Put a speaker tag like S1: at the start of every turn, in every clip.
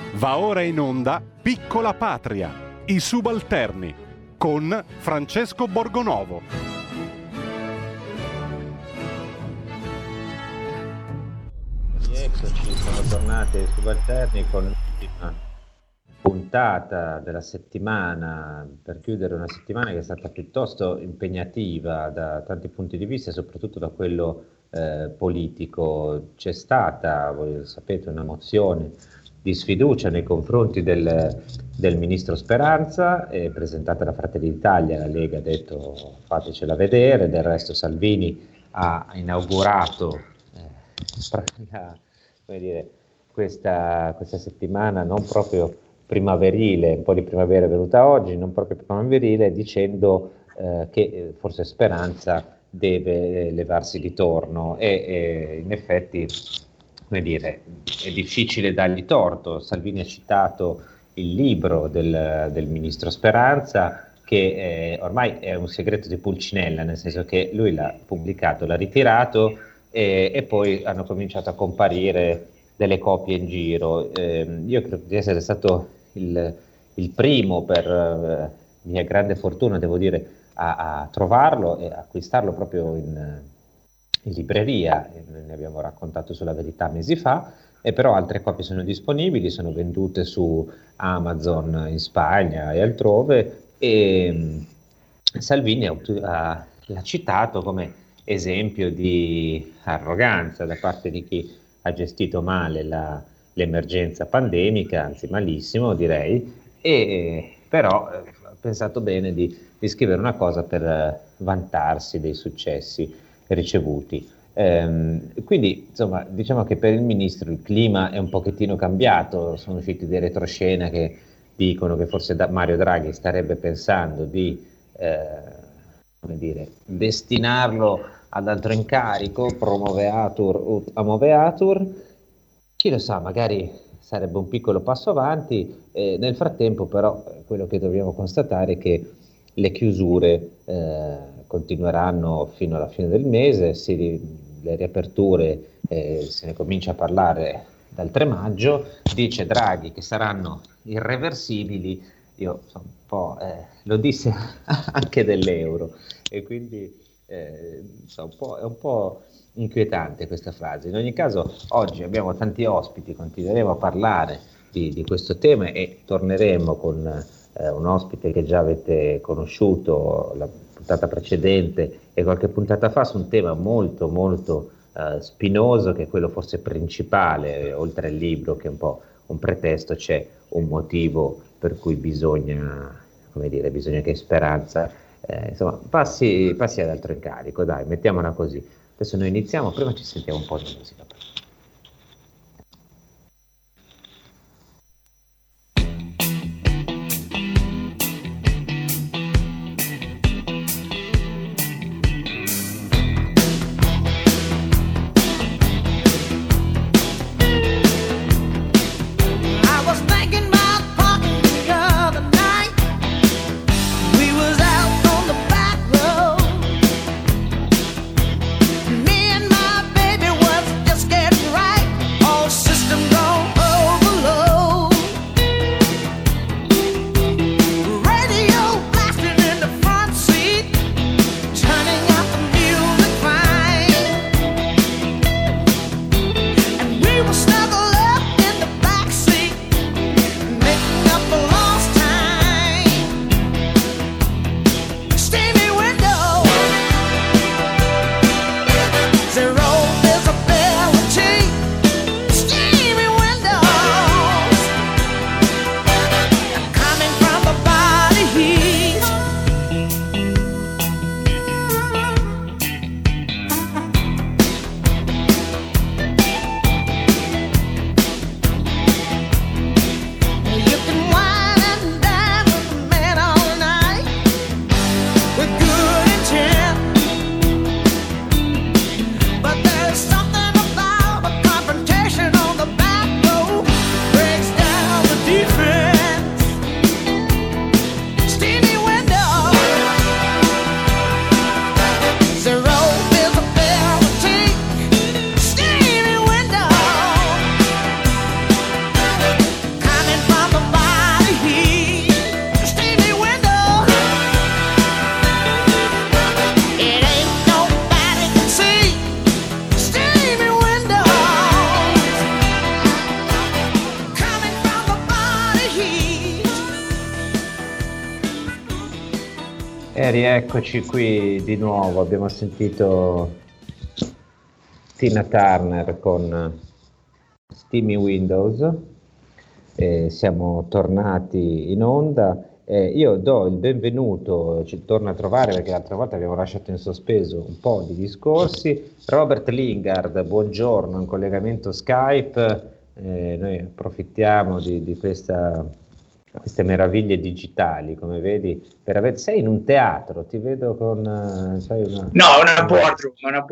S1: Va ora in onda Piccola Patria, i subalterni, con Francesco Borgonovo.
S2: Eccoci, siamo tornati ai subalterni con l'ultima puntata della settimana, per chiudere una settimana che è stata piuttosto impegnativa da tanti punti di vista, soprattutto da quello politico. C'è stata, voi sapete, una mozione di sfiducia nei confronti del ministro Speranza, presentata da Fratelli d'Italia. La Lega ha detto fatecela vedere, del resto Salvini ha inaugurato questa settimana non proprio primaverile, un po' di primavera è venuta oggi, non proprio primaverile, dicendo che forse Speranza deve levarsi di torno e in effetti, come dire, è difficile dargli torto. Salvini ha citato il libro del ministro Speranza, che ormai è un segreto di Pulcinella, nel senso che lui l'ha pubblicato, l'ha ritirato e poi hanno cominciato a comparire delle copie in giro. Io credo di essere stato il primo, per mia grande fortuna, devo dire, a trovarlo e acquistarlo proprio in libreria. Ne abbiamo raccontato sulla Verità mesi fa, e però altre copie sono disponibili, sono vendute su Amazon in Spagna e altrove, e Salvini l'ha citato come esempio di arroganza da parte di chi ha gestito male l'emergenza pandemica, anzi malissimo direi, e però ha pensato bene di scrivere una cosa per vantarsi dei successi ricevuti. Quindi insomma, diciamo che per il ministro il clima è un pochettino cambiato. Sono usciti dei retroscena che dicono che forse Mario Draghi starebbe pensando di destinarlo ad altro incarico, pro moveatur a moveatur. Chi lo sa, magari sarebbe un piccolo passo avanti. Nel frattempo però quello che dobbiamo constatare è che le chiusure continueranno fino alla fine del mese, le riaperture se ne comincia a parlare dal 3 maggio, dice Draghi che saranno irreversibili. Io sono un po', lo disse anche dell'euro, e quindi è un po' inquietante questa frase. In ogni caso oggi abbiamo tanti ospiti, continueremo a parlare di questo tema e torneremo con un ospite che già avete conosciuto la puntata precedente e qualche puntata fa, su un tema molto molto spinoso, che è quello forse principale. Oltre al libro, che è un po' un pretesto, c'è un motivo per cui bisogna che Speranza passi ad altro incarico. Dai, mettiamola così. Adesso noi iniziamo, prima ci sentiamo un po' di musica.
S3: Me and my baby was just getting
S2: E rieccoci qui di nuovo, abbiamo sentito Tina Turner con Steamy Windows, siamo tornati in onda. Io do il benvenuto, ci torno a trovare perché l'altra volta abbiamo lasciato in sospeso un po' di discorsi. Robert Lingard, buongiorno, in collegamento Skype. Noi approfittiamo di queste meraviglie digitali, come vedi, sei in un teatro, ti vedo con...
S3: No, una boardroom.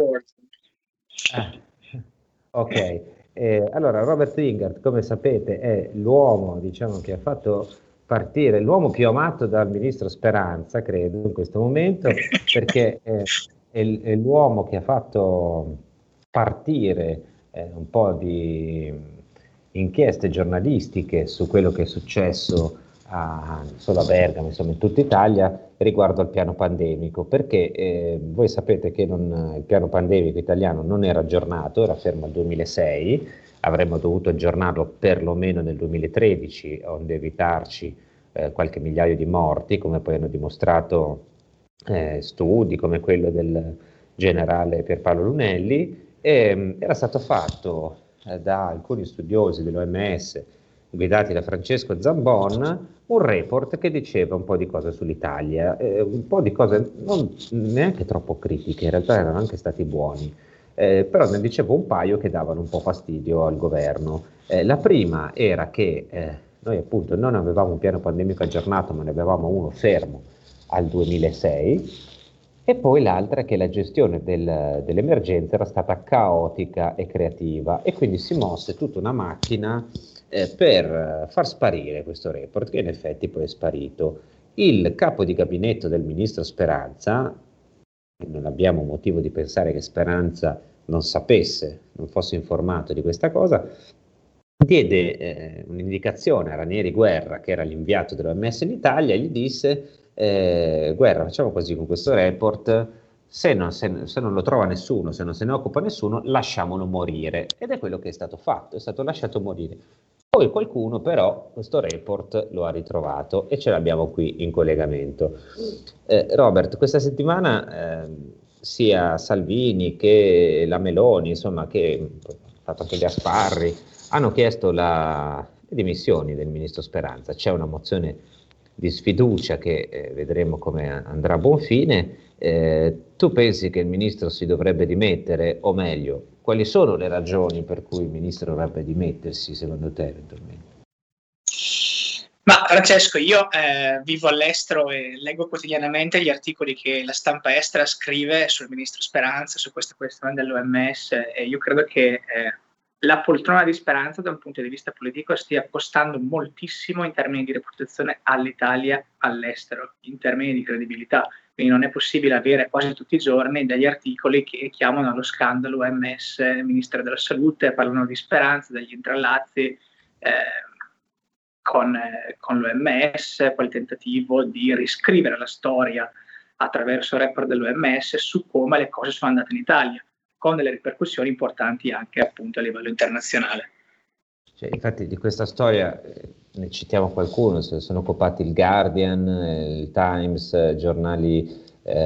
S2: Ok. Allora, Robert Lingard, come sapete, è l'uomo, diciamo, che ha fatto partire, l'uomo più amato dal ministro Speranza, credo, in questo momento, perché è l'uomo che ha fatto partire un po' di inchieste giornalistiche su quello che è successo solo a Bergamo, insomma in tutta Italia, riguardo al piano pandemico, perché voi sapete che il piano pandemico italiano non era aggiornato, era fermo al 2006, avremmo dovuto aggiornarlo perlomeno nel 2013, onde evitarci qualche migliaio di morti, come poi hanno dimostrato studi come quello del generale Pierpaolo Lunelli. Era stato fatto da alcuni studiosi dell'OMS, guidati da Francesco Zambon, un report che diceva un po' di cose sull'Italia, un po' di cose non neanche troppo critiche, in realtà erano anche stati buoni, però ne dicevo un paio che davano un po' fastidio al governo. La prima era che noi appunto non avevamo un piano pandemico aggiornato, ma ne avevamo uno fermo al 2006, e poi l'altra è che la gestione dell'emergenza era stata caotica e creativa, e quindi si mosse tutta una macchina per far sparire questo report, che in effetti poi è sparito. Il capo di gabinetto del ministro Speranza, non abbiamo motivo di pensare che Speranza non sapesse, non fosse informato di questa cosa, diede un'indicazione a Ranieri Guerra, che era l'inviato dell'OMS in Italia, e gli disse: Guerra, facciamo così con questo report, se non lo trova nessuno, se non se ne occupa nessuno, lasciamolo morire. Ed è quello che è stato fatto, è stato lasciato morire. Poi qualcuno però questo report lo ha ritrovato e ce l'abbiamo qui in collegamento. Robert, questa settimana sia Salvini che la Meloni, insomma, che ha fatto anche Gasparri, hanno chiesto le dimissioni del ministro Speranza. C'è una mozione di sfiducia che vedremo come andrà a buon fine. Tu pensi che il ministro si dovrebbe dimettere, o meglio, quali sono le ragioni per cui il ministro dovrebbe dimettersi secondo te eventualmente?
S3: Ma Francesco, io vivo all'estero e leggo quotidianamente gli articoli che la stampa estera scrive sul ministro Speranza, su questa questione dell'OMS, e io credo che la poltrona di Speranza da un punto di vista politico stia costando moltissimo in termini di reputazione all'Italia all'estero, in termini di credibilità. Quindi non è possibile avere quasi tutti i giorni degli articoli che chiamano allo scandalo OMS, Ministero della Salute, parlano di Speranza, degli intrallazzi con l'OMS, poi il tentativo di riscrivere la storia attraverso il report dell'OMS su come le cose sono andate in Italia, con delle ripercussioni importanti anche appunto a livello internazionale.
S2: Infatti di questa storia ne citiamo qualcuno, se sono occupati il Guardian, il Times, giornali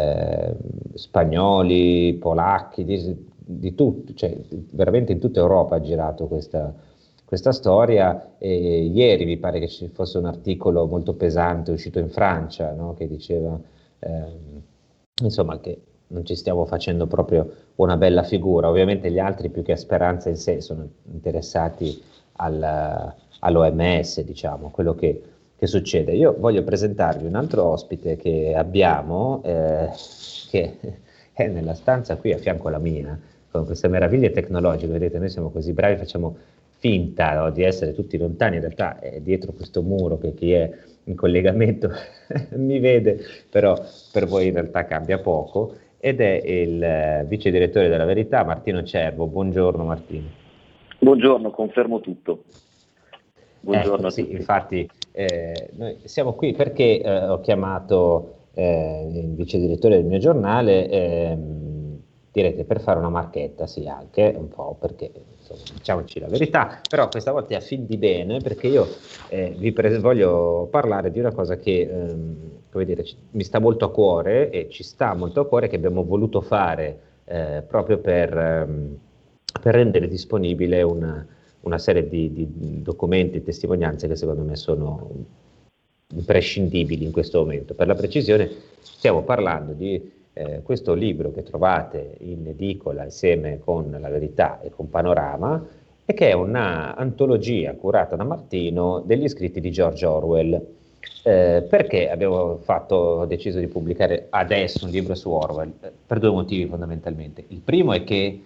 S2: spagnoli, polacchi, di tutto, cioè veramente in tutta Europa ha girato questa storia. E ieri mi pare che ci fosse un articolo molto pesante uscito in Francia, no? Che diceva insomma che non ci stiamo facendo proprio una bella figura. Ovviamente gli altri, più che a Speranza in sé, sono interessati all'OMS, diciamo, quello che succede. Io voglio presentarvi un altro ospite che abbiamo, che è nella stanza qui a fianco alla mia, con queste meraviglie tecnologiche. Vedete, noi siamo così bravi, facciamo finta, no, di essere tutti lontani, in realtà è dietro questo muro che chi è in collegamento mi vede, però per voi in realtà cambia poco, ed è il vice direttore della Verità, Martino Cervo. Buongiorno Martino.
S4: Buongiorno, confermo tutto. Buongiorno a
S2: sì,
S4: tutti.
S2: infatti noi siamo qui perché ho chiamato il vice direttore del mio giornale Direte, per fare una marchetta, sì, anche un po', perché insomma, diciamoci la verità, però questa volta è a fin di bene, perché io voglio parlare di una cosa che come dire, mi sta molto a cuore e ci sta molto a cuore, che abbiamo voluto fare proprio per rendere disponibile una serie di documenti e testimonianze che secondo me sono imprescindibili in questo momento. Per la precisione, stiamo parlando di questo libro che trovate in edicola insieme con La Verità e con Panorama, e che è una antologia curata da Martino degli scritti di George Orwell. Perché abbiamo deciso di pubblicare adesso un libro su Orwell? Per due motivi fondamentalmente. Il primo è che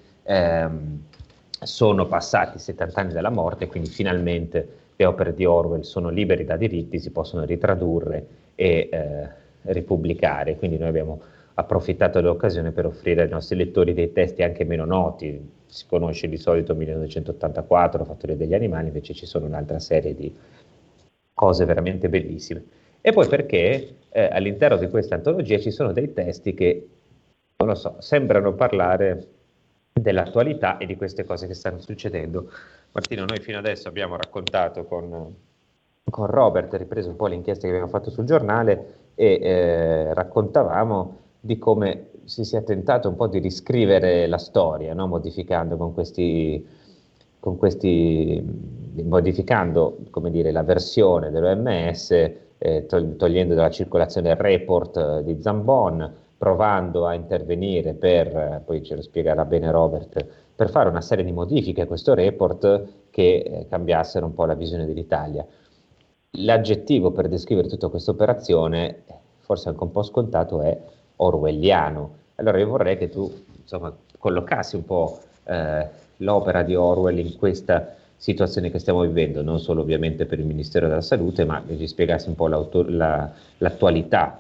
S2: sono passati 70 anni dalla morte, quindi finalmente le opere di Orwell sono liberi da diritti, si possono ritradurre e ripubblicare. Quindi noi abbiamo approfittato dell'occasione per offrire ai nostri lettori dei testi anche meno noti. Si conosce di solito 1984, La fattoria degli animali, invece ci sono un'altra serie di cose veramente bellissime. E poi perché all'interno di questa antologia ci sono dei testi che, non lo so, sembrano parlare dell'attualità e di queste cose che stanno succedendo. Martino, noi fino adesso abbiamo raccontato con Robert, ripreso un po' l'inchiesta che abbiamo fatto sul giornale e raccontavamo di come si sia tentato un po' di riscrivere la storia, no? Modificando modificando, come dire, la versione dell'OMS, togliendo dalla circolazione il report di Zambon, provando a intervenire poi ce lo spiegherà bene Robert, per fare una serie di modifiche a questo report che cambiassero un po' la visione dell'Italia. L'aggettivo per descrivere tutta questa operazione, forse anche un po' scontato, è orwelliano. Allora io vorrei che tu, insomma, collocassi un po' l'opera di Orwell in questa situazione che stiamo vivendo, non solo ovviamente per il Ministero della Salute, ma che ci spiegassi un po' l'attualità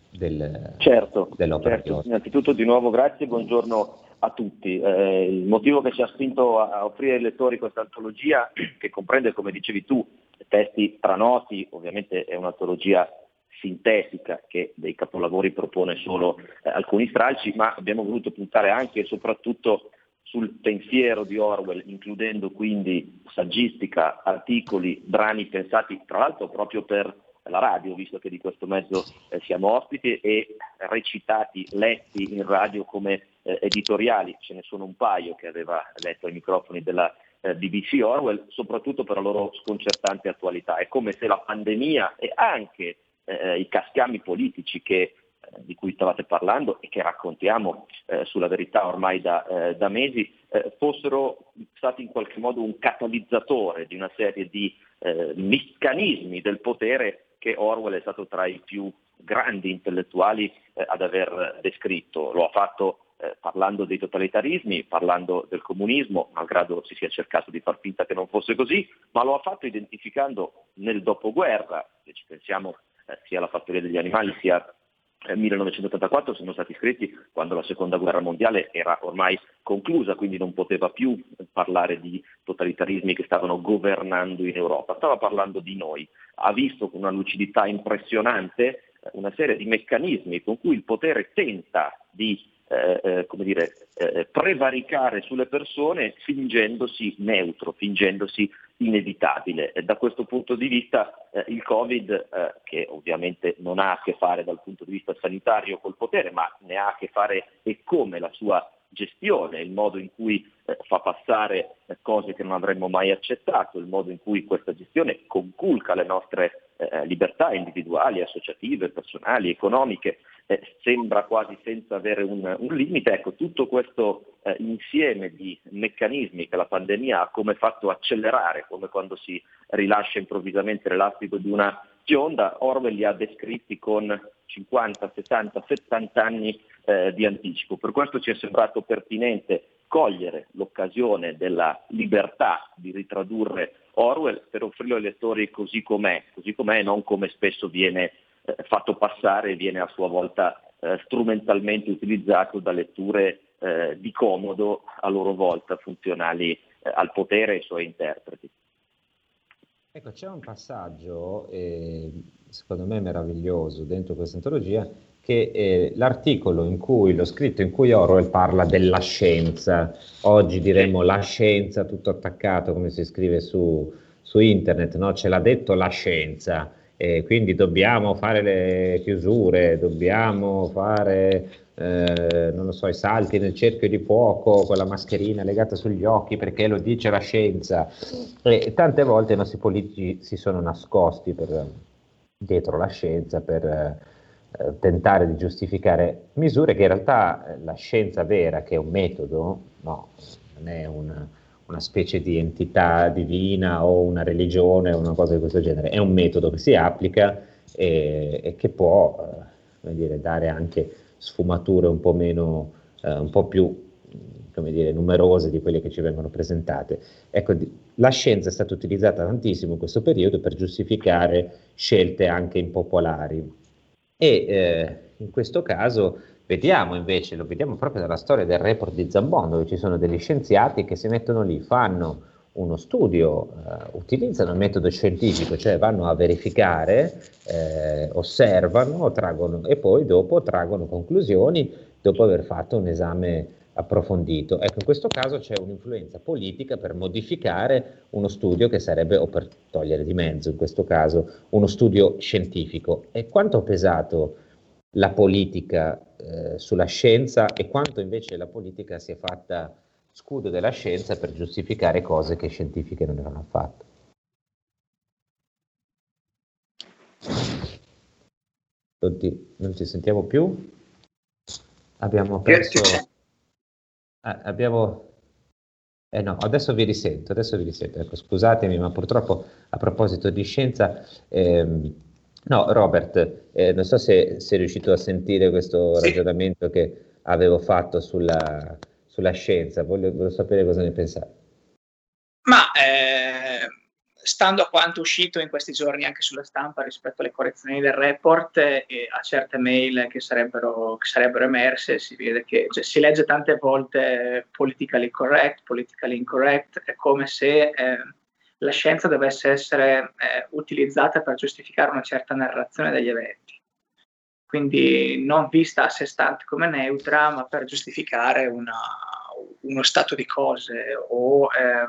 S2: dell'opera di Orwell.
S4: Innanzitutto di nuovo grazie e buongiorno a tutti. Il motivo che ci ha spinto a offrire ai lettori questa antologia, che comprende, come dicevi tu, testi stranoti, ovviamente è un'antologia sintetica che dei capolavori propone solo alcuni stralci, ma abbiamo voluto puntare anche e soprattutto sul pensiero di Orwell, includendo quindi saggistica, articoli, brani pensati tra l'altro proprio per la radio, visto che di questo mezzo siamo ospiti, e recitati, letti in radio come editoriali. Ce ne sono un paio che aveva letto ai microfoni della BBC Orwell, soprattutto per la loro sconcertante attualità. È come se la pandemia e anche i cascami politici di cui stavate parlando e che raccontiamo sulla Verità ormai da mesi, fossero stati in qualche modo un catalizzatore di una serie di meccanismi del potere che Orwell è stato tra i più grandi intellettuali ad aver descritto. Lo ha fatto parlando dei totalitarismi, parlando del comunismo, malgrado si sia cercato di far finta che non fosse così, ma lo ha fatto identificando nel dopoguerra, se ci pensiamo sia La fattoria degli animali sia 1984 sono stati scritti quando la seconda guerra mondiale era ormai conclusa, quindi non poteva più parlare di totalitarismi che stavano governando in Europa, stava parlando di noi. Ha visto con una lucidità impressionante una serie di meccanismi con cui il potere tenta di prevaricare sulle persone fingendosi neutro, fingendosi inevitabile. E da questo punto di vista il Covid, che ovviamente non ha a che fare dal punto di vista sanitario col potere, ma ne ha a che fare e come la sua gestione, il modo in cui fa passare cose che non avremmo mai accettato, il modo in cui questa gestione conculca le nostre libertà individuali, associative, personali, economiche, sembra quasi senza avere un limite. Ecco, tutto questo insieme di meccanismi che la pandemia ha come fatto accelerare, come quando si rilascia improvvisamente l'elastico di una fionda, Orwell li ha descritti con 50, 60, 70 anni di anticipo. Per questo ci è sembrato pertinente cogliere l'occasione della libertà di ritradurre Orwell per offrirlo ai lettori così com'è e non come spesso viene fatto passare e viene a sua volta strumentalmente utilizzato da letture di comodo, a loro volta funzionali al potere e ai suoi interpreti.
S2: Ecco, c'è un passaggio, secondo me meraviglioso, dentro questa antologia, che lo scritto in cui Orwell parla della scienza, oggi diremmo la scienza, tutto attaccato come si scrive su internet, no? Ce l'ha detto la scienza, quindi dobbiamo fare le chiusure, dobbiamo fare, non lo so, i salti nel cerchio di fuoco con la mascherina legata sugli occhi perché lo dice la scienza. E tante volte i nostri politici si sono nascosti dietro la scienza per tentare di giustificare misure che in realtà la scienza vera, che è un metodo, no, non è una specie di entità divina o una religione o una cosa di questo genere, è un metodo che si applica e che può come dire, dare anche sfumature un po' meno, un po' più come dire, numerose di quelle che ci vengono presentate. Ecco, la scienza è stata utilizzata tantissimo in questo periodo per giustificare scelte anche impopolari. E in questo caso vediamo invece, lo vediamo proprio dalla storia del report di Zambon, dove ci sono degli scienziati che si mettono lì, fanno uno studio, utilizzano il metodo scientifico, cioè vanno a verificare, osservano, traggono e poi dopo traggono conclusioni dopo aver fatto un esame approfondito. Ecco, in questo caso c'è un'influenza politica per modificare uno studio che sarebbe, o per togliere di mezzo in questo caso, uno studio scientifico. E quanto ha pesato la politica sulla scienza e quanto invece la politica si è fatta scudo della scienza per giustificare cose che scientifiche non erano affatto. Non ci sentiamo più? Abbiamo perso... no, adesso vi risento. Ecco, scusatemi, ma purtroppo a proposito di scienza, no, Robert, non so se sei riuscito a sentire questo ragionamento che avevo fatto sulla scienza, voglio sapere cosa ne pensate.
S3: Ma stando a quanto è uscito in questi giorni anche sulla stampa rispetto alle correzioni del report e a certe mail che sarebbero emerse, si vede che si legge tante volte politically correct, politically incorrect, è come se la scienza dovesse essere utilizzata per giustificare una certa narrazione degli eventi. Quindi non vista a sé stante come neutra, ma per giustificare uno stato di cose o,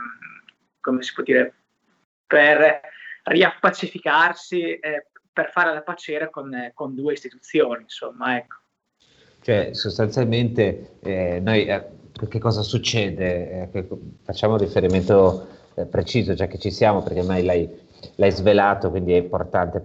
S3: come si può dire, per riappacificarsi, per fare la pace con due istituzioni, insomma, ecco.
S2: Cioè, sostanzialmente, noi, che cosa succede? Facciamo un riferimento preciso, già che ci siamo, perché ormai l'hai svelato, quindi è importante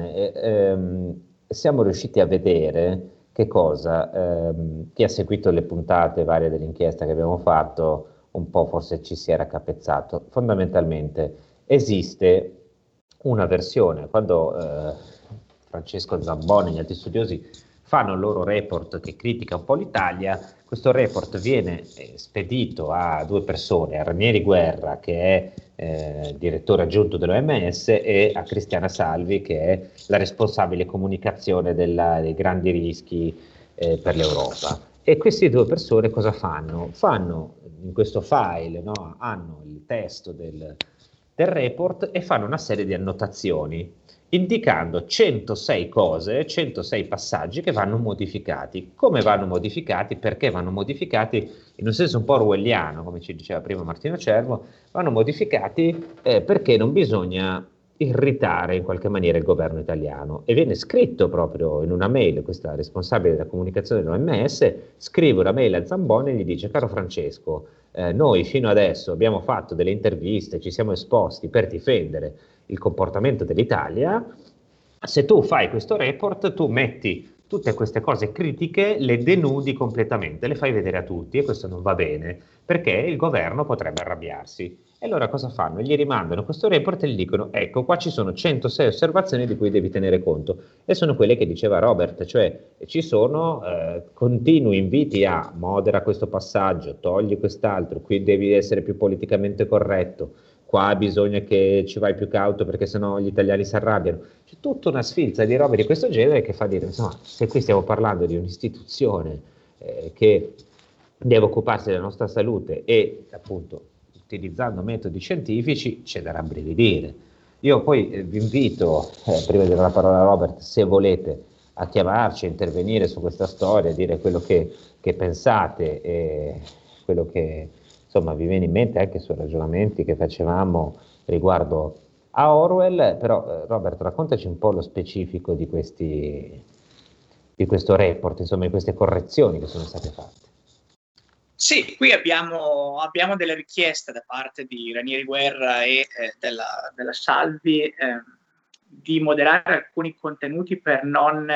S2: parlarne. Siamo riusciti a vedere che cosa, chi ha seguito le puntate varie dell'inchiesta che abbiamo fatto, un po' forse ci si era cappezzato. Fondamentalmente esiste una versione, quando Francesco Zambon e gli altri studiosi fanno il loro report che critica un po' l'Italia, questo report viene spedito a due persone, a Ranieri Guerra, che è direttore aggiunto dell'OMS, e a Cristiana Salvi, che è la responsabile comunicazione dei grandi rischi per l'Europa. E queste due persone cosa fanno? Fanno in questo file, no, hanno il testo del report e fanno una serie di annotazioni indicando 106 cose, 106 passaggi che vanno modificati. Come vanno modificati? Perché vanno modificati? In un senso un po' orwelliano, come ci diceva prima Martino Cervo, vanno modificati perché non bisogna irritare in qualche maniera il governo italiano. E viene scritto proprio in una mail, questa responsabile della comunicazione dell'OMS scrive una mail a Zambon e gli dice: caro Francesco, noi fino adesso abbiamo fatto delle interviste, ci siamo esposti per difendere il comportamento dell'Italia. Se tu fai questo report, tu metti tutte queste cose critiche, le denudi completamente, le fai vedere a tutti, e questo non va bene, perché il governo potrebbe arrabbiarsi. E allora cosa fanno? Gli rimandano questo report e gli dicono: ecco, qua ci sono 106 osservazioni di cui devi tenere conto, e sono quelle che diceva Robert, cioè ci sono continui inviti a modera questo passaggio, togli quest'altro, qui devi essere più politicamente corretto, qua bisogna che ci vai più cauto perché sennò gli italiani si arrabbiano. C'è tutta una sfilza di robe di questo genere che fa dire, insomma, se qui stiamo parlando di un'istituzione che deve occuparsi della nostra salute e appunto utilizzando metodi scientifici, c'è da rabbrividire. Io poi vi invito, prima di dare la parola a Robert, se volete, a chiamarci, a intervenire su questa storia, a dire quello che pensate e quello che insomma vi viene in mente anche sui ragionamenti che facevamo riguardo a Orwell. Però Robert, raccontaci un po' lo specifico di questo report, insomma, di queste correzioni che sono state fatte.
S3: Sì, qui abbiamo delle richieste da parte di Ranieri Guerra e della Salvi di moderare alcuni contenuti per non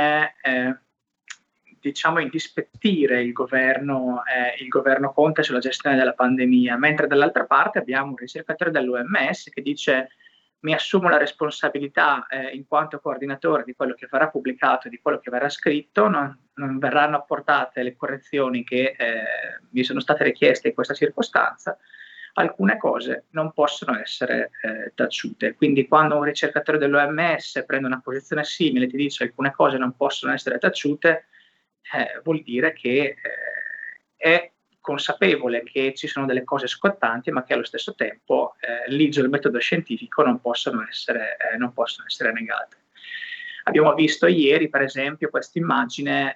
S3: indispettire il governo Conte sulla gestione della pandemia, mentre dall'altra parte abbiamo un ricercatore dell'OMS che dice: mi assumo la responsabilità in quanto coordinatore di quello che verrà pubblicato e di quello che verrà scritto, non verranno apportate le correzioni che mi sono state richieste in questa circostanza, alcune cose non possono essere taciute. Quindi quando un ricercatore dell'OMS prende una posizione simile e ti dice alcune cose non possono essere taciute, vuol dire che è consapevole che ci sono delle cose scottanti, ma che allo stesso tempo l'IGO e il metodo scientifico non possono essere negate. Abbiamo visto ieri, per esempio, questa immagine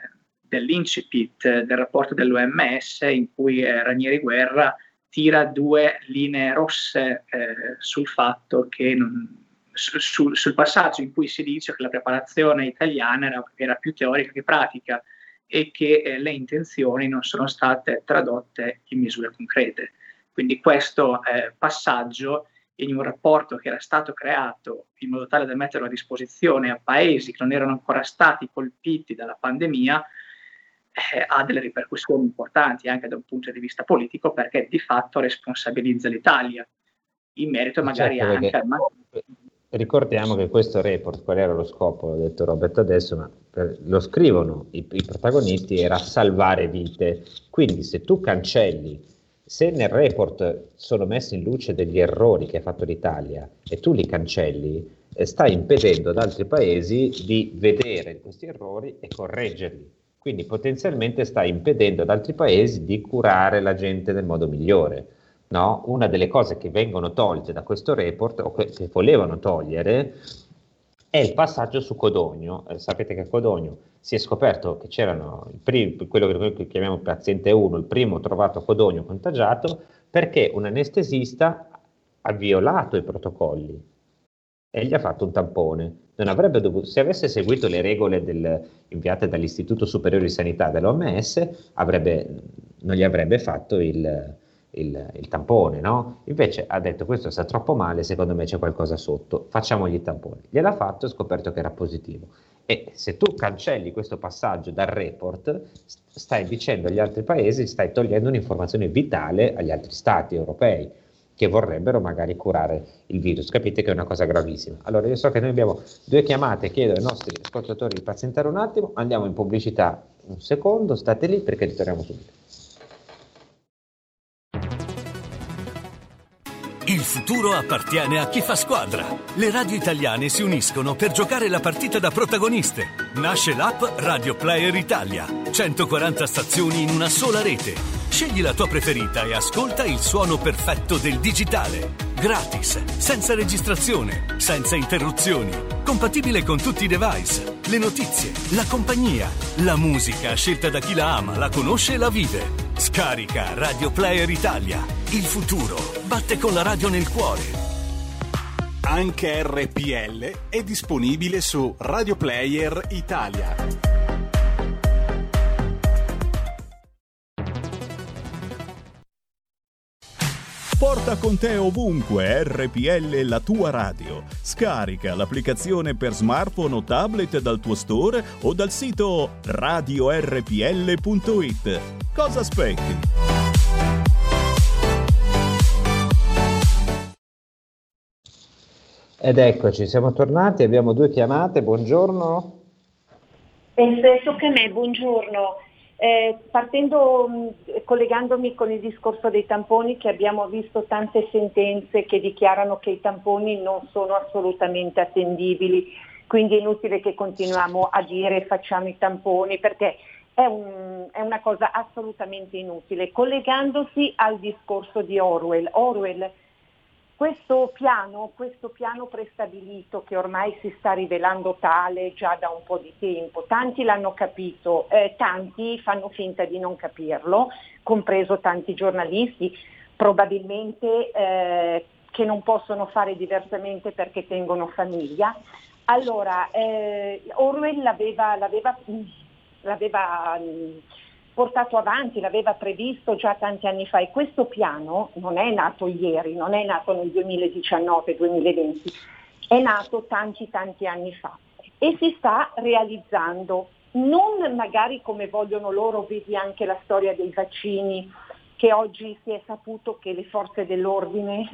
S3: dell'incipit del rapporto dell'OMS in cui Ranieri Guerra tira due linee rosse sul fatto che sul passaggio in cui si dice che la preparazione italiana era più teorica che pratica e che le intenzioni non sono state tradotte in misure concrete. Quindi questo passaggio in un rapporto che era stato creato in modo tale da metterlo a disposizione a paesi che non erano ancora stati colpiti dalla pandemia ha delle ripercussioni importanti anche da un punto di vista politico, perché di fatto responsabilizza l'Italia in merito magari anche al...
S2: Ricordiamo che questo report, qual era lo scopo? L'ha detto Roberto adesso, ma lo scrivono i protagonisti, era salvare vite. Quindi se tu cancelli, se nel report sono messi in luce degli errori che ha fatto l'Italia e tu li cancelli, stai impedendo ad altri paesi di vedere questi errori e correggerli. Quindi potenzialmente stai impedendo ad altri paesi di curare la gente nel modo migliore. No? Una delle cose che vengono tolte da questo report, o che volevano togliere, è il passaggio su Codogno. Sapete che a Codogno si è scoperto che c'erano quello che noi chiamiamo paziente 1, il primo trovato a Codogno contagiato, perché un anestesista ha violato i protocolli e gli ha fatto un tampone. Non avrebbe dovuto, se avesse seguito le regole inviate dall'Istituto Superiore di Sanità dell'OMS, non gli avrebbe fatto il tampone, no? Invece ha detto: questo sta troppo male, secondo me c'è qualcosa sotto, facciamogli il tampone. Gliel'ha fatto e ha scoperto che era positivo. E se tu cancelli questo passaggio dal report, stai dicendo agli altri paesi, stai togliendo un'informazione vitale agli altri stati europei che vorrebbero magari curare il virus. Capite che è una cosa gravissima. Allora, io so che noi abbiamo 2 chiamate, chiedo ai nostri ascoltatori di pazientare un attimo, andiamo in pubblicità un secondo, state lì perché ritorniamo subito.
S5: Il futuro appartiene a chi fa squadra. Le radio italiane si uniscono per giocare la partita da protagoniste. Nasce l'app Radio Player Italia. 140 stazioni in una sola rete. Scegli la tua preferita e ascolta il suono perfetto del digitale. Gratis, senza registrazione, senza interruzioni. Compatibile con tutti i device. Le notizie, la compagnia, la musica scelta da chi la ama, la conosce e la vive. Scarica Radio Player Italia. Il futuro batte con la radio nel cuore.
S1: Anche RPL è disponibile su Radio Player Italia.
S6: Porta con te ovunque RPL, la tua radio. Scarica l'applicazione per smartphone o tablet dal tuo store o dal sito radiorpl.it. Cosa aspetti?
S2: Ed eccoci, siamo tornati, abbiamo 2 chiamate, buongiorno.
S7: Tocca a me, buongiorno. Collegandomi con il discorso dei tamponi, che abbiamo visto tante sentenze che dichiarano che i tamponi non sono assolutamente attendibili, quindi è inutile che continuiamo a dire facciamo i tamponi, perché è una cosa assolutamente inutile. Collegandosi al discorso di Orwell Questo piano prestabilito, che ormai si sta rivelando tale già da un po' di tempo, tanti l'hanno capito, tanti fanno finta di non capirlo, compreso tanti giornalisti, probabilmente che non possono fare diversamente perché tengono famiglia. Allora, Orwell l'aveva portato avanti, l'aveva previsto già tanti anni fa, e questo piano non è nato ieri, non è nato nel 2019-2020, è nato tanti anni fa e si sta realizzando, non magari come vogliono loro. Vedi anche la storia dei vaccini, che oggi si è saputo che le forze dell'ordine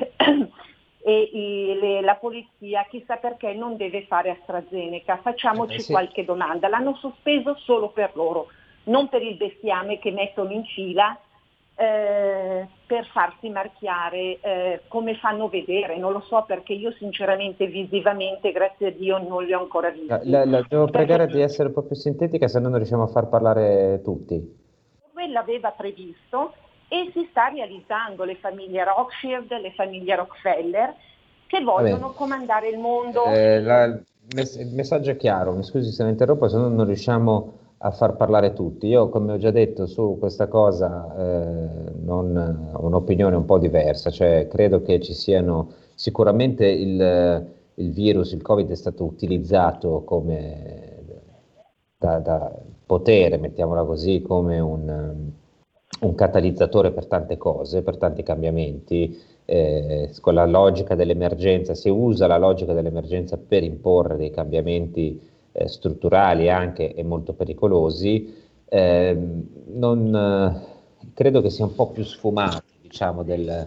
S7: e la polizia, chissà perché, non deve fare AstraZeneca. Facciamoci
S2: Sì.
S7: qualche domanda, l'hanno sospeso solo per loro, non per il bestiame che mettono in fila per farsi marchiare, come fanno vedere. Non lo so, perché io sinceramente visivamente, grazie a Dio, non li ho ancora visti.
S2: La devo pregare di essere un po' più sintetica, se no non riusciamo a far parlare tutti.
S7: L'aveva previsto e si sta realizzando. Le famiglie Rothschild, le famiglie Rockefeller, che vogliono comandare il mondo.
S2: Il messaggio è chiaro, mi scusi se la interrompo, se no non riusciamo a far parlare tutti. Io, come ho già detto, su questa cosa non ho un'opinione un po' diversa, cioè credo che ci siano sicuramente il virus, il Covid è stato utilizzato come da potere, mettiamola così, come un catalizzatore per tante cose, per tanti cambiamenti, con la logica dell'emergenza. Si usa la logica dell'emergenza per imporre dei cambiamenti strutturali anche e molto pericolosi. Credo che sia un po' più sfumato, diciamo, del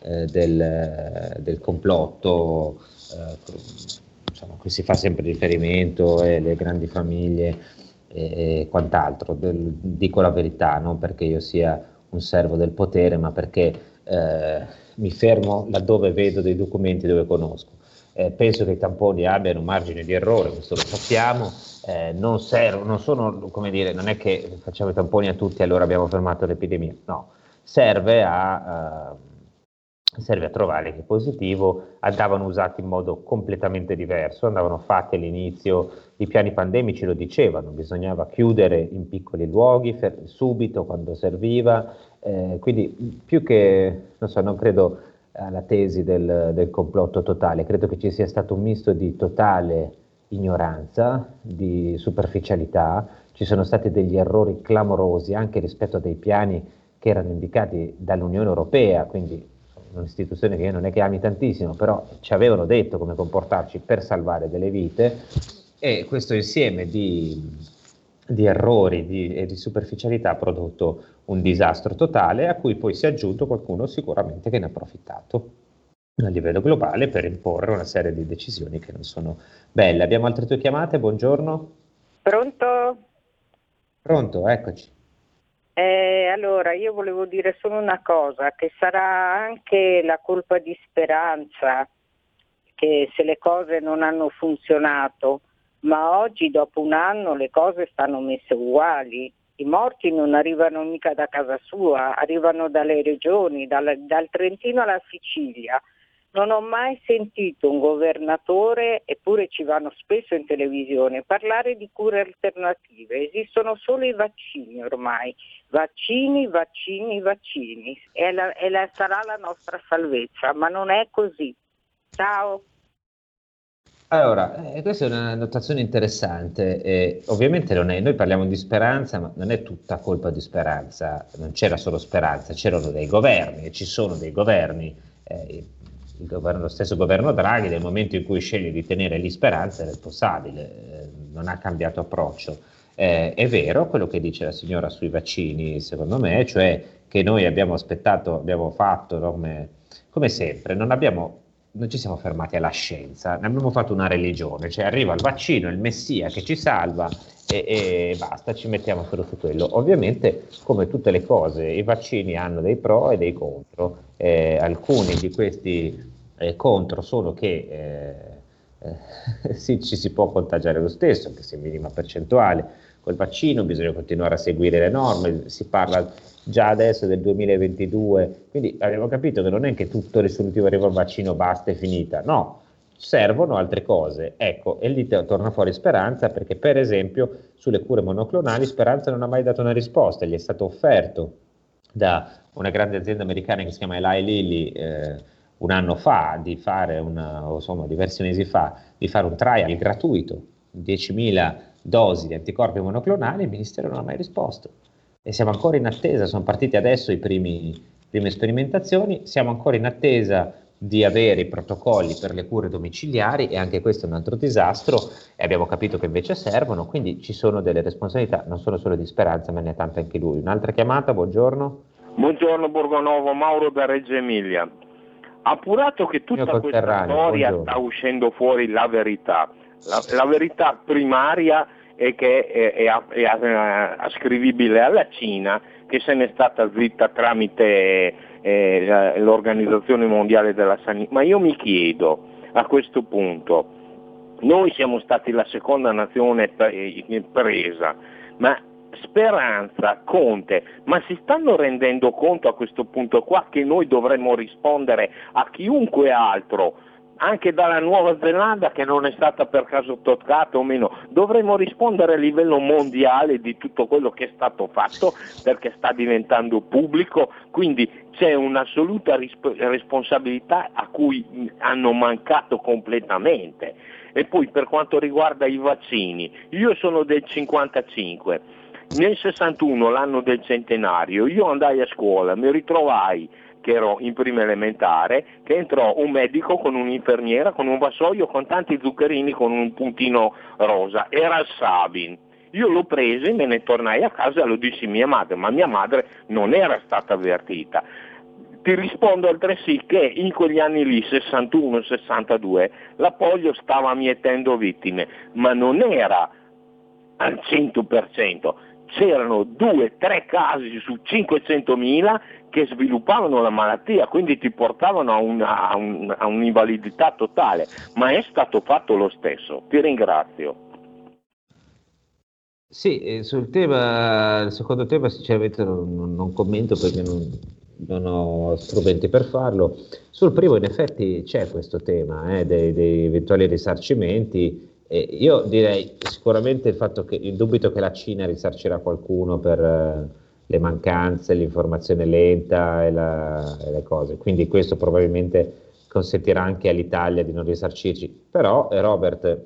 S2: complotto, diciamo, a cui si fa sempre riferimento, le grandi famiglie e quant'altro. Dico la verità, non perché io sia un servo del potere, ma perché mi fermo laddove vedo dei documenti, dove conosco. Penso che i tamponi abbiano un margine di errore, questo lo sappiamo, non sono, come dire, non è che facciamo i tamponi a tutti e allora abbiamo fermato l'epidemia, no, serve a trovare che è positivo. Andavano usati in modo completamente diverso, andavano fatti all'inizio, i piani pandemici lo dicevano, bisognava chiudere in piccoli luoghi subito quando serviva, quindi più che, non so, non credo alla tesi del complotto totale, credo che ci sia stato un misto di totale ignoranza, di superficialità. Ci sono stati degli errori clamorosi anche rispetto a dei piani che erano indicati dall'Unione Europea, quindi un'istituzione che io non è che ami tantissimo, però ci avevano detto come comportarci per salvare delle vite, e questo insieme di errori e di superficialità ha prodotto un disastro totale, a cui poi si è aggiunto qualcuno sicuramente che ne ha approfittato a livello globale per imporre una serie di decisioni che non sono belle. Abbiamo altre tue chiamate, buongiorno.
S8: Pronto?
S2: Pronto, eccoci.
S8: Allora, io volevo dire solo una cosa, che sarà anche la colpa di Speranza, che se le cose non hanno funzionato, ma oggi dopo un anno le cose stanno messe uguali. I morti non arrivano mica da casa sua, arrivano dalle regioni, dal Trentino alla Sicilia. Non ho mai sentito un governatore, eppure ci vanno spesso in televisione, parlare di cure alternative. Esistono solo i vaccini ormai. Vaccini. Sarà la nostra salvezza, ma non è così. Ciao.
S2: Allora, questa è una notazione interessante. Ovviamente non è, noi parliamo di Speranza, ma non è tutta colpa di Speranza. Non c'era solo Speranza, c'erano dei governi e ci sono dei governi. Lo stesso governo Draghi, nel momento in cui sceglie di tenere lì Speranza, è responsabile, non ha cambiato approccio. È vero quello che dice la signora sui vaccini, secondo me, cioè che noi abbiamo fatto, no, come sempre, non ci siamo fermati alla scienza, ne abbiamo fatto una religione, cioè arriva il vaccino, il messia che ci salva e basta, ci mettiamo solo su quello. Ovviamente, come tutte le cose, i vaccini hanno dei pro e dei contro. Alcuni di questi contro sono che sì, ci si può contagiare lo stesso, anche se in minima percentuale, col vaccino, bisogna continuare a seguire le norme, si parla già adesso del 2022, quindi abbiamo capito che non è che tutto risolutivo arriva al vaccino, basta, è finita, no, servono altre cose, ecco, e lì torna fuori Speranza, perché per esempio sulle cure monoclonali Speranza non ha mai dato una risposta, gli è stato offerto da una grande azienda americana che si chiama Eli Lilly un anno fa, di fare diversi mesi fa, di fare un trial gratuito, 10.000 dosi di anticorpi monoclonali, il Ministero non ha mai risposto. E siamo ancora in attesa, sono partite adesso le prime sperimentazioni, siamo ancora in attesa di avere i protocolli per le cure domiciliari, e anche questo è un altro disastro, e abbiamo capito che invece servono, quindi ci sono delle responsabilità, non sono solo di Speranza, ma ne ha tanta anche lui. Un'altra chiamata, buongiorno.
S9: Buongiorno Borgonovo, Mauro da Reggio Emilia. Appurato che tutta questa storia
S2: buongiorno.
S9: Sta uscendo fuori la verità. La verità primaria è che è ascrivibile alla Cina, che se n'è stata zitta tramite l'Organizzazione Mondiale della Sanità. Ma io mi chiedo, a questo punto, noi siamo stati la seconda nazione presa, ma Speranza, Conte, ma si stanno rendendo conto a questo punto qua che noi dovremmo rispondere a chiunque altro, anche dalla Nuova Zelanda, che non è stata per caso toccata o meno, dovremmo rispondere a livello mondiale di tutto quello che è stato fatto, perché sta diventando pubblico, quindi c'è un'assoluta responsabilità a cui hanno mancato completamente. E poi per quanto riguarda i vaccini, io sono del 55, nel 61, l'anno del centenario, io andai a scuola, mi ritrovai che ero in prima elementare, che entrò un medico con un'infermiera, con un vassoio, con tanti zuccherini, con un puntino rosa, era il Sabin. Io lo presi, me ne tornai a casa e lo dissi a mia madre, ma mia madre non era stata avvertita. Ti rispondo altresì che in quegli anni lì, 61-62, la polio stava mietendo vittime, ma non era al 100%. C'erano 2-3 casi su 500.000 che sviluppavano la malattia, quindi ti portavano a un'invalidità totale, ma è stato fatto lo stesso. Ti ringrazio.
S2: Sì, sul tema, il secondo tema sinceramente non commento perché non ho strumenti per farlo. Sul primo in effetti c'è questo tema dei eventuali risarcimenti. Io direi sicuramente il dubito che la Cina risarcirà qualcuno per le mancanze, l'informazione lenta e le cose, quindi questo probabilmente consentirà anche all'Italia di non risarcirci. Però Robert,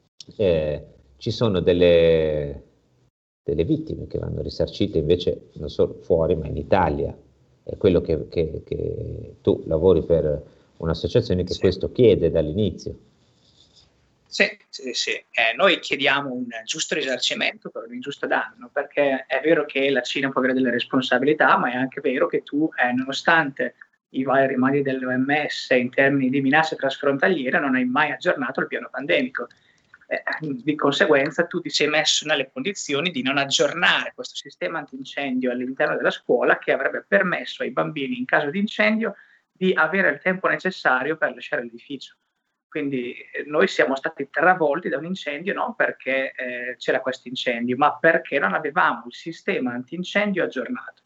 S2: ci sono delle vittime che vanno risarcite invece non solo fuori ma in Italia. È quello che tu lavori per un'associazione che questo chiede dall'inizio.
S3: Sì. Noi chiediamo un giusto risarcimento per un ingiusto danno, perché è vero che la Cina può avere delle responsabilità, ma è anche vero che tu, nonostante i vari rimandi dell'OMS in termini di minacce trasfrontaliere, non hai mai aggiornato il piano pandemico. Di conseguenza tu ti sei messo nelle condizioni di non aggiornare questo sistema antincendio all'interno della scuola, che avrebbe permesso ai bambini in caso di incendio di avere il tempo necessario per lasciare l'edificio. Quindi noi siamo stati travolti da un incendio non perché c'era questo incendio, ma perché non avevamo il sistema antincendio aggiornato.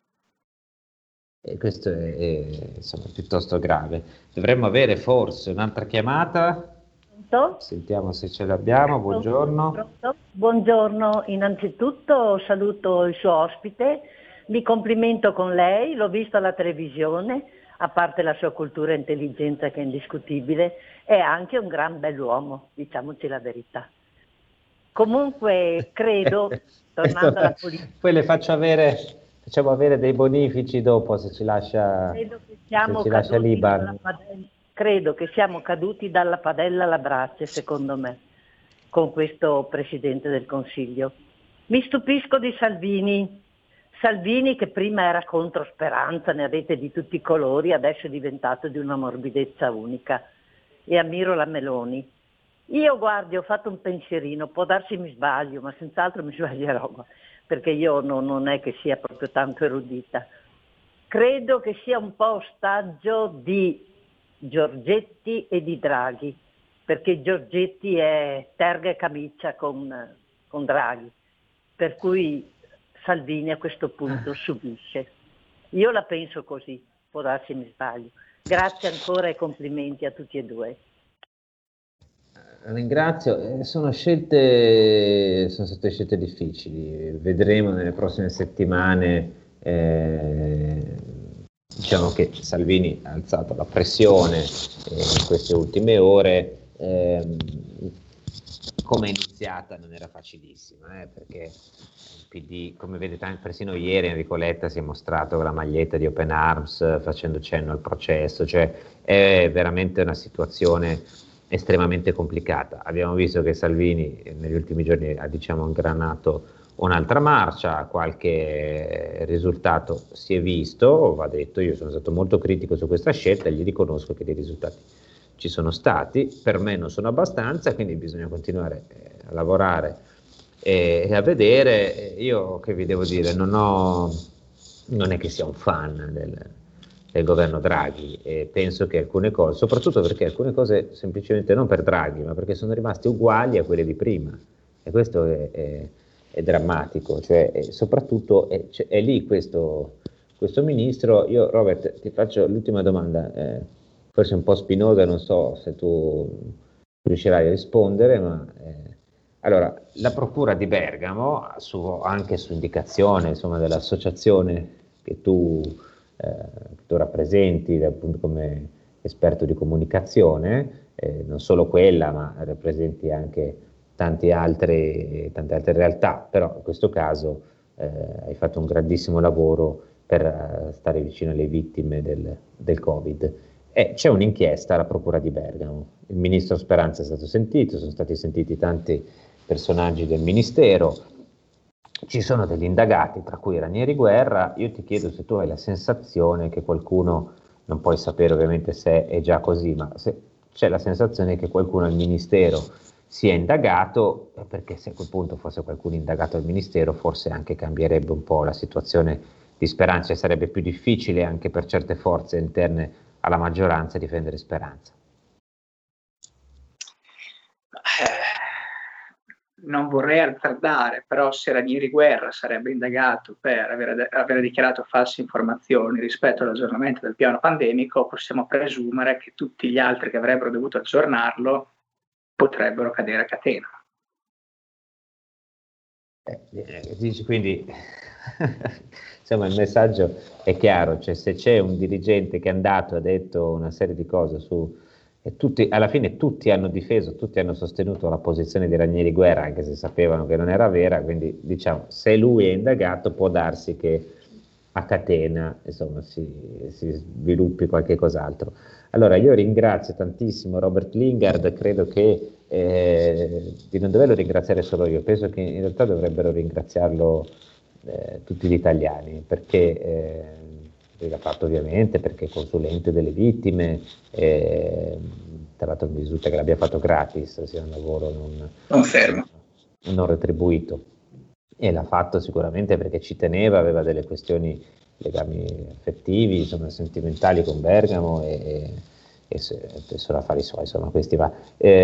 S2: E questo è insomma, piuttosto grave. Dovremmo avere forse un'altra chiamata.
S10: Pronto?
S2: Sentiamo se ce l'abbiamo. Buongiorno.
S10: Pronto? Buongiorno, innanzitutto saluto il suo ospite, mi complimento con lei, l'ho visto alla televisione, a parte la sua cultura e intelligenza che è indiscutibile, è anche un gran bell'uomo, diciamoci la verità. Comunque credo, tornando alla politica...
S2: Poi le facciamo avere dei bonifici dopo se ci lascia, l'Iban.
S10: Credo che siamo caduti dalla padella alla brace, secondo me, con questo Presidente del Consiglio. Mi stupisco di Salvini che prima era contro Speranza, ne avete di tutti i colori, adesso è diventato di una morbidezza unica. E ammiro la Meloni. Io guardi, ho fatto un pensierino, può darsi mi sbaglio, ma senz'altro mi sbaglierò, perché io non è che sia proprio tanto erudita. Credo che sia un po' ostaggio di Giorgetti e di Draghi, perché Giorgetti è terga e camicia con Draghi. per cui Salvini a questo punto subisce. Io la penso così, può darsi mi sbaglio. Grazie ancora e complimenti a tutti e due.
S2: Ringrazio, sono state scelte difficili, vedremo nelle prossime settimane. Diciamo che Salvini ha alzato la pressione in queste ultime ore. Come è iniziata non era facilissima, perché il PD, come vedete, persino ieri Enrico Letta si è mostrato con la maglietta di Open Arms facendo cenno al processo, cioè è veramente una situazione estremamente complicata. Abbiamo visto che Salvini negli ultimi giorni ha ingranato un'altra marcia, qualche risultato si è visto, va detto, io sono stato molto critico su questa scelta, gli riconosco che dei risultati ci sono stati, per me non sono abbastanza, quindi bisogna continuare a lavorare e a vedere. Io che vi devo dire, non è che sia un fan del governo Draghi, e penso che alcune cose, soprattutto perché alcune cose semplicemente non per Draghi, ma perché sono rimaste uguali a quelle di prima, e questo è drammatico, cioè soprattutto è lì questo ministro. Io, Robert, ti faccio l'ultima domanda, forse un po' spinosa, non so se tu riuscirai a rispondere, ma allora, la Procura di Bergamo, anche su indicazione dell'associazione che tu rappresenti appunto come esperto di comunicazione, non solo quella, ma rappresenti anche tante altre realtà, però in questo caso hai fatto un grandissimo lavoro per stare vicino alle vittime del Covid. C'è un'inchiesta alla Procura di Bergamo, il ministro Speranza è stato sentito, sono stati sentiti tanti personaggi del ministero, ci sono degli indagati, tra cui Ranieri Guerra. Io ti chiedo se tu hai la sensazione che qualcuno, non puoi sapere ovviamente se è già così, ma se c'è la sensazione che qualcuno al ministero sia indagato, perché se a quel punto fosse qualcuno indagato al ministero forse anche cambierebbe un po' la situazione di Speranza e sarebbe più difficile anche per certe forze interne alla maggioranza difendere Speranza.
S3: Non vorrei azzardare, però se Ranieri Guerra sarebbe indagato per aver dichiarato false informazioni rispetto all'aggiornamento del piano pandemico, possiamo presumere che tutti gli altri che avrebbero dovuto aggiornarlo potrebbero cadere a catena.
S2: Dici quindi, insomma, il messaggio è chiaro, cioè se c'è un dirigente che è andato e ha detto una serie di cose e alla fine tutti hanno difeso, tutti hanno sostenuto la posizione di Ranieri Guerra, anche se sapevano che non era vera, quindi diciamo, se lui è indagato può darsi che a catena insomma si sviluppi qualche cos'altro. Allora io ringrazio tantissimo Robert Lingard, credo che di non doverlo ringraziare solo io, penso che in realtà dovrebbero ringraziarlo tutti gli italiani, perché l'ha fatto ovviamente perché è consulente delle vittime, tra l'altro mi risulta che l'abbia fatto gratis, sia un lavoro non retribuito, e l'ha fatto sicuramente perché ci teneva, aveva delle questioni, legami affettivi, insomma sentimentali con Bergamo e sono affari suoi, insomma questi va.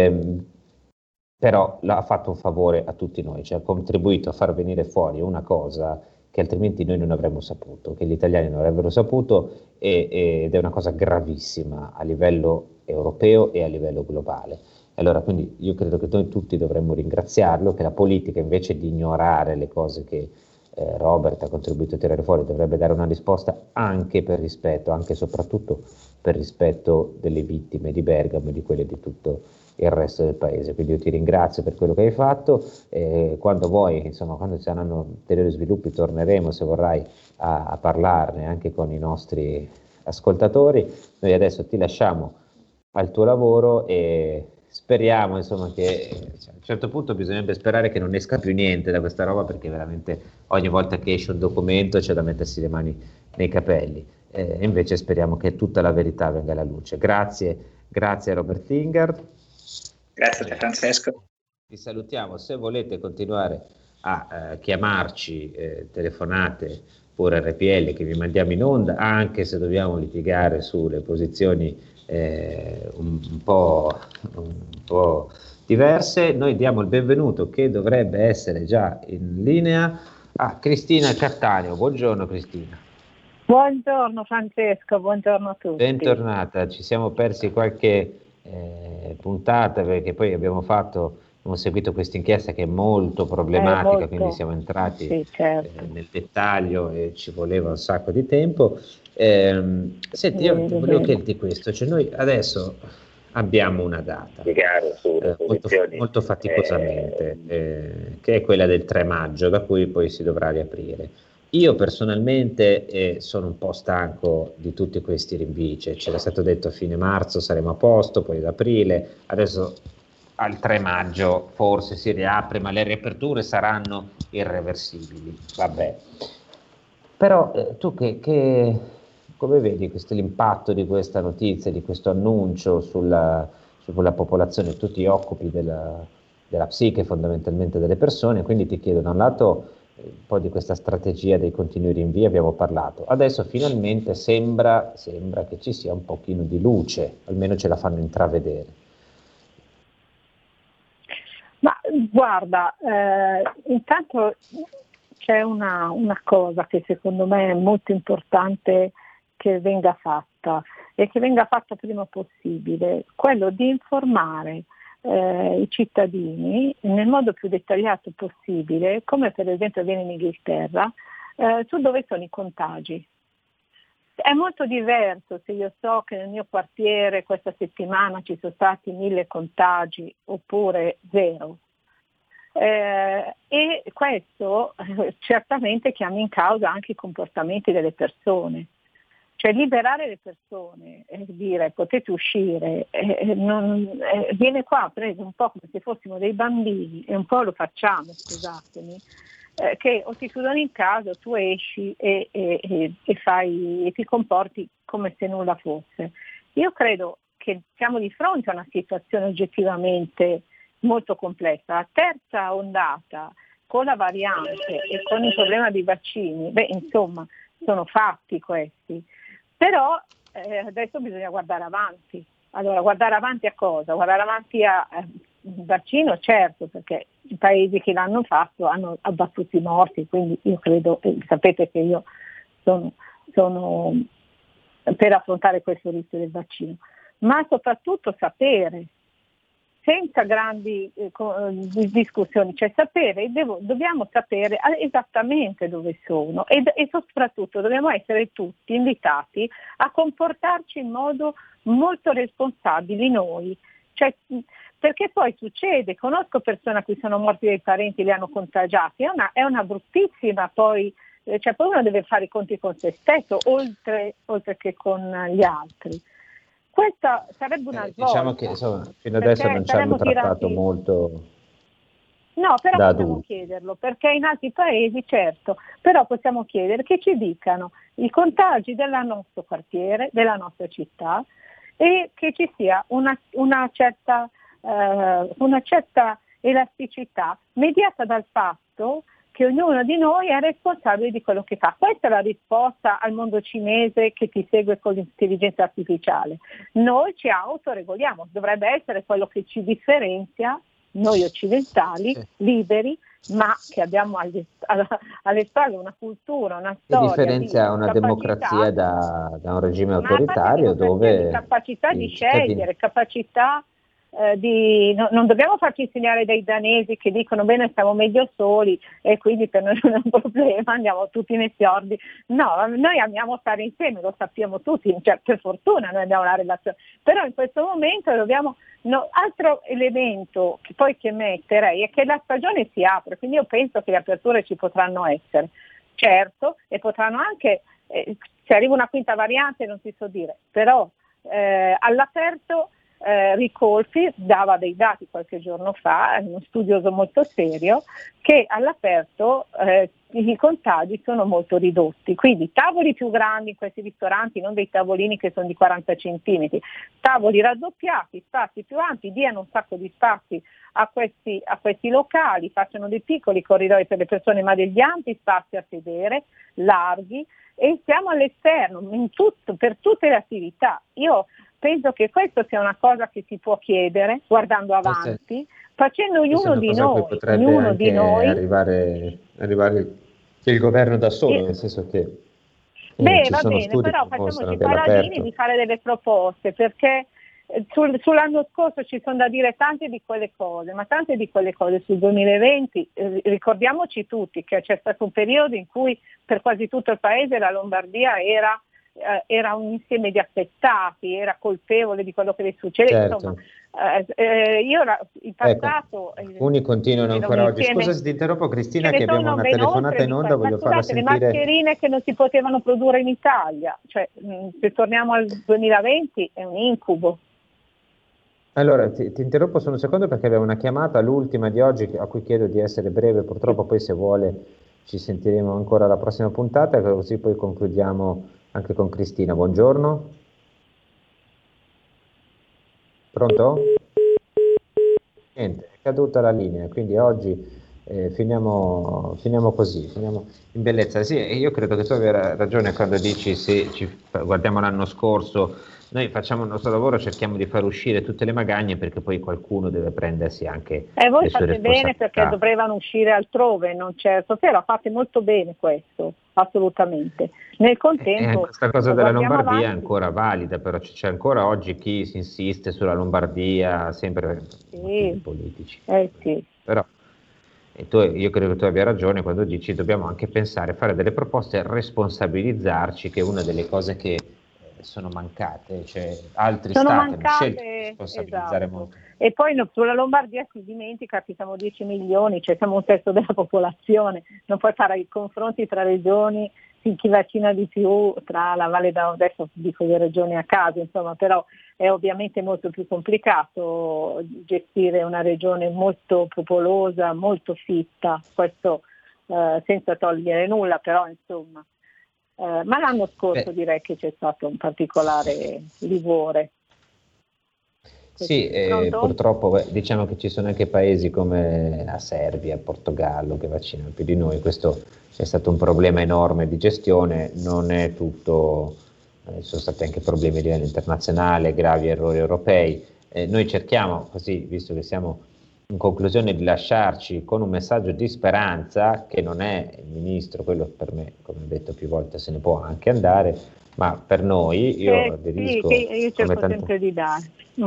S2: Però ha fatto un favore a tutti noi, cioè ha contribuito a far venire fuori una cosa che altrimenti noi non avremmo saputo, che gli italiani non avrebbero saputo, ed è una cosa gravissima a livello europeo e a livello globale. Allora, quindi io credo che noi tutti dovremmo ringraziarlo, che la politica invece di ignorare le cose che Robert ha contribuito a tirare fuori dovrebbe dare una risposta anche per rispetto, anche e soprattutto per rispetto delle vittime di Bergamo e di quelle di tutto il resto del paese. Quindi io ti ringrazio per quello che hai fatto, quando vuoi, insomma, quando ci saranno ulteriori sviluppi torneremo, se vorrai, a parlarne anche con i nostri ascoltatori. Noi adesso ti lasciamo al tuo lavoro e speriamo insomma che a un certo punto bisognerebbe sperare che non esca più niente da questa roba, perché veramente ogni volta che esce un documento c'è da mettersi le mani nei capelli, invece speriamo che tutta la verità venga alla luce. Grazie Robert Lingard.
S3: Grazie a te Francesco.
S2: Vi salutiamo, se volete continuare a chiamarci, telefonate pure RPL che vi mandiamo in onda, anche se dobbiamo litigare sulle posizioni un po' diverse. Noi diamo il benvenuto, che dovrebbe essere già in linea, a Cristina Cattaneo. Buongiorno Cristina.
S11: Buongiorno Francesco, buongiorno a tutti.
S2: Bentornata, ci siamo persi qualche puntata perché poi abbiamo seguito questa inchiesta che è molto problematica, molto. Quindi siamo entrati certo. Nel dettaglio e ci voleva un sacco di tempo. Senti, io volevo chiederti questo, cioè noi adesso abbiamo una data molto faticosamente, che è quella del 3 maggio, da cui poi si dovrà riaprire. Io personalmente sono un po' stanco di tutti questi rinvii, c'era stato detto a fine marzo saremo a posto, poi ad aprile, adesso al 3 maggio forse si riapre, ma le riaperture saranno irreversibili, vabbè. Però tu come vedi l'impatto di questa notizia, di questo annuncio sulla popolazione? Tu ti occupi della psiche fondamentalmente delle persone, quindi ti chiedo, da un lato un po' di questa strategia dei continui rinvii abbiamo parlato, adesso finalmente sembra che ci sia un pochino di luce, almeno ce la fanno intravedere.
S11: Ma guarda, intanto c'è una cosa che secondo me è molto importante che venga fatta e che venga fatta prima possibile, quello di informare i cittadini nel modo più dettagliato possibile, come per esempio avviene in Inghilterra, su dove sono i contagi. È molto diverso se io so che nel mio quartiere questa settimana ci sono stati 1000 contagi oppure 0. E questo certamente chiama in causa anche i comportamenti delle persone. Cioè liberare le persone e dire potete uscire, viene qua preso un po' come se fossimo dei bambini, e un po' lo facciamo, scusatemi, che o ti chiudono in casa, tu esci e ti comporti come se nulla fosse. Io credo che siamo di fronte a una situazione oggettivamente molto complessa. La terza ondata con la variante e con il problema dei vaccini, insomma, sono fatti questi. Però adesso bisogna guardare avanti. Allora, guardare avanti a cosa? Guardare avanti a vaccino, certo, perché i paesi che l'hanno fatto hanno abbattuto i morti, quindi io credo, sapete che io sono per affrontare questo rischio del vaccino, ma soprattutto sapere, senza grandi discussioni, cioè sapere, dobbiamo sapere esattamente dove sono e soprattutto dobbiamo essere tutti invitati a comportarci in modo molto responsabili noi, cioè, perché poi succede, conosco persone a cui sono morti dei parenti, li hanno contagiati, è una bruttissima poi, cioè poi uno deve fare i conti con se stesso oltre che con gli altri. Questa sarebbe una svolta.
S2: Diciamo che insomma, fino adesso non ci hanno trattato molto.
S11: No, però possiamo chiederlo, perché in altri paesi, certo, però possiamo chiedere che ci dicano i contagi del nostro quartiere, della nostra città, e che ci sia una certa elasticità mediata dal fatto che ognuno di noi è responsabile di quello che fa. Questa è la risposta al mondo cinese che ti segue con l'intelligenza artificiale. Noi ci autoregoliamo, dovrebbe essere quello che ci differenzia, noi occidentali, liberi, ma che abbiamo alle spalle una cultura, una storia.
S2: Che differenzia una democrazia da un regime autoritario dove...
S11: Capacità di scegliere, capacità non dobbiamo farci insegnare dai danesi che dicono bene stiamo meglio soli e quindi per noi non è un problema, andiamo tutti nei fiordi. No, noi amiamo stare insieme, lo sappiamo tutti, cioè, per fortuna noi abbiamo la relazione, però in questo momento altro elemento che metterei è che la stagione si apre, quindi io penso che le aperture ci potranno essere, certo, e potranno anche, se arriva una quinta variante non si so dire, però all'aperto Ricolfi dava dei dati qualche giorno fa, uno studioso molto serio, che all'aperto i contagi sono molto ridotti, quindi tavoli più grandi in questi ristoranti, non dei tavolini che sono di 40 centimetri, tavoli raddoppiati, spazi più ampi, diano un sacco di spazi a questi locali, facciano dei piccoli corridoi per le persone ma degli ampi spazi a sedere, larghi, e siamo all'esterno per tutte le attività. Io penso che questa sia una cosa che si può chiedere guardando avanti, facendo ognuno di noi.
S2: Potrebbe arrivare il governo da solo, nel senso che
S11: va bene, però facciamoci paradini di fare delle proposte, perché sull'anno scorso ci sono da dire tante di quelle cose sul 2020, ricordiamoci tutti che c'è stato un periodo in cui per quasi tutto il paese la Lombardia era un insieme di affettati, era colpevole di quello che le succede,
S2: certo.
S11: Insomma, il passato...
S2: Alcuni continuano ancora oggi. Scusa se ti interrompo, Cristina, che abbiamo una telefonata in onda, voglio farla sentire.
S11: Le mascherine che non si potevano produrre in Italia, cioè se torniamo al 2020 è un incubo.
S2: Allora, ti interrompo solo un secondo perché abbiamo una chiamata, l'ultima di oggi, a cui chiedo di essere breve, purtroppo poi se vuole ci sentiremo ancora alla prossima puntata, così poi concludiamo anche con Cristina. Buongiorno. Pronto? Niente, è caduta la linea, quindi oggi finiamo così, finiamo in bellezza. Sì, io credo che tu abbia ragione quando dici se guardiamo l'anno scorso. Noi facciamo il nostro lavoro, cerchiamo di far uscire tutte le magagne perché poi qualcuno deve prendersi anche
S11: voi
S2: le sue
S11: fate bene perché dovevano uscire altrove, non certo. Però fate molto bene questo, assolutamente. Nel contempo
S2: questa cosa della Lombardia è ancora valida, però c'è ancora oggi chi si insiste sulla Lombardia sempre per motivi politici.
S11: Sì.
S2: Però io credo che tu abbia ragione quando dici dobbiamo anche pensare, fare delle proposte, responsabilizzarci, che è una delle cose che sono mancate, cioè altri stati hanno scelto di responsabilizzare molto.
S11: E poi sulla Lombardia si dimentica che siamo 10 milioni, cioè siamo un terzo della popolazione, non puoi fare i confronti tra regioni, chi vaccina di più, tra la Valle d'Aosta, adesso dico le regioni a caso, insomma, però è ovviamente molto più complicato gestire una regione molto popolosa, molto fitta, questo senza togliere nulla, però insomma. Ma l'anno scorso direi che c'è stato un particolare livore.
S2: Sì, purtroppo diciamo che ci sono anche paesi come la Serbia, il Portogallo che vaccinano più di noi, questo è stato un problema enorme di gestione, non è tutto, sono stati anche problemi a livello internazionale, gravi errori europei, noi cerchiamo così, visto che siamo in conclusione, di lasciarci con un messaggio di speranza, che non è il ministro, quello per me, come ho detto più volte, se ne può anche andare, ma per noi io aderisco,
S11: io cerco sempre di dare.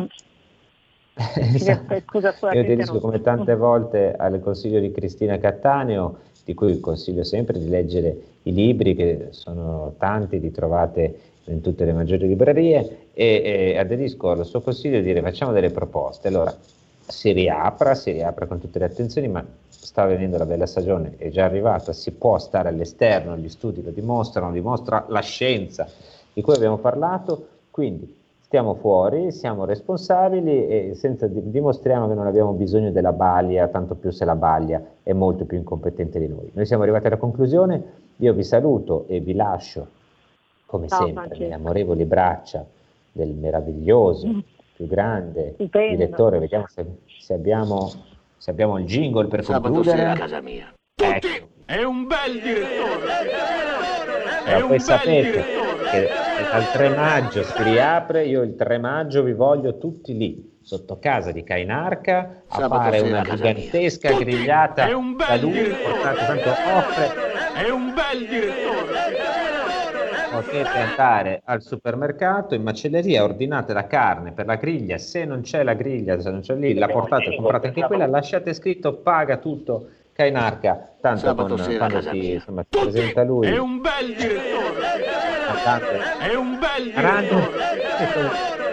S2: Io aderisco come tante volte al consiglio di Cristina Cattaneo, di cui consiglio sempre di leggere i libri, che sono tanti, li trovate in tutte le maggiori librerie, e aderisco al suo consiglio di dire facciamo delle proposte. Allora, si riapra con tutte le attenzioni, ma sta venendo la bella stagione, è già arrivata, si può stare all'esterno, gli studi lo dimostrano, dimostra la scienza di cui abbiamo parlato, quindi stiamo fuori, siamo responsabili e dimostriamo che non abbiamo bisogno della balia, tanto più se la balia è molto più incompetente di noi. Noi siamo arrivati alla conclusione, io vi saluto e vi lascio, come sempre, nelle amorevoli braccia del meraviglioso, più grande direttore. Vediamo se abbiamo il jingle per concludere.
S12: Sabato sera a casa mia. Tutti! È un bel direttore!
S2: Poi sapete che al 3 maggio si riapre, io il 3 maggio vi voglio tutti lì, sotto casa di Cainarca, a fare una gigantesca grigliata da lui, portate tanto offre.
S12: È un bel direttore!
S2: Potete andare al supermercato, in macelleria, ordinate la carne per la griglia, se non c'è la griglia, se non c'è lì, la portate, comprate anche quella, lasciate scritto, paga tutto Cainarca, tanto quando ti presenta lui.
S12: È un bel direttore! È un bel direttore!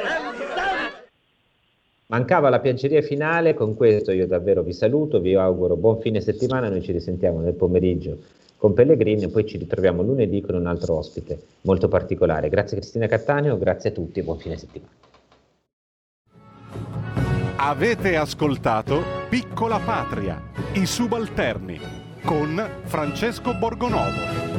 S2: Mancava la piaggeria finale, con questo io davvero vi saluto, vi auguro buon fine settimana, noi ci risentiamo nel pomeriggio con Pellegrini e poi ci ritroviamo lunedì con un altro ospite molto particolare. Grazie Cristina Cattaneo, grazie a tutti e buon fine settimana.
S1: Avete ascoltato Piccola Patria, i subalterni con Francesco Borgonovo.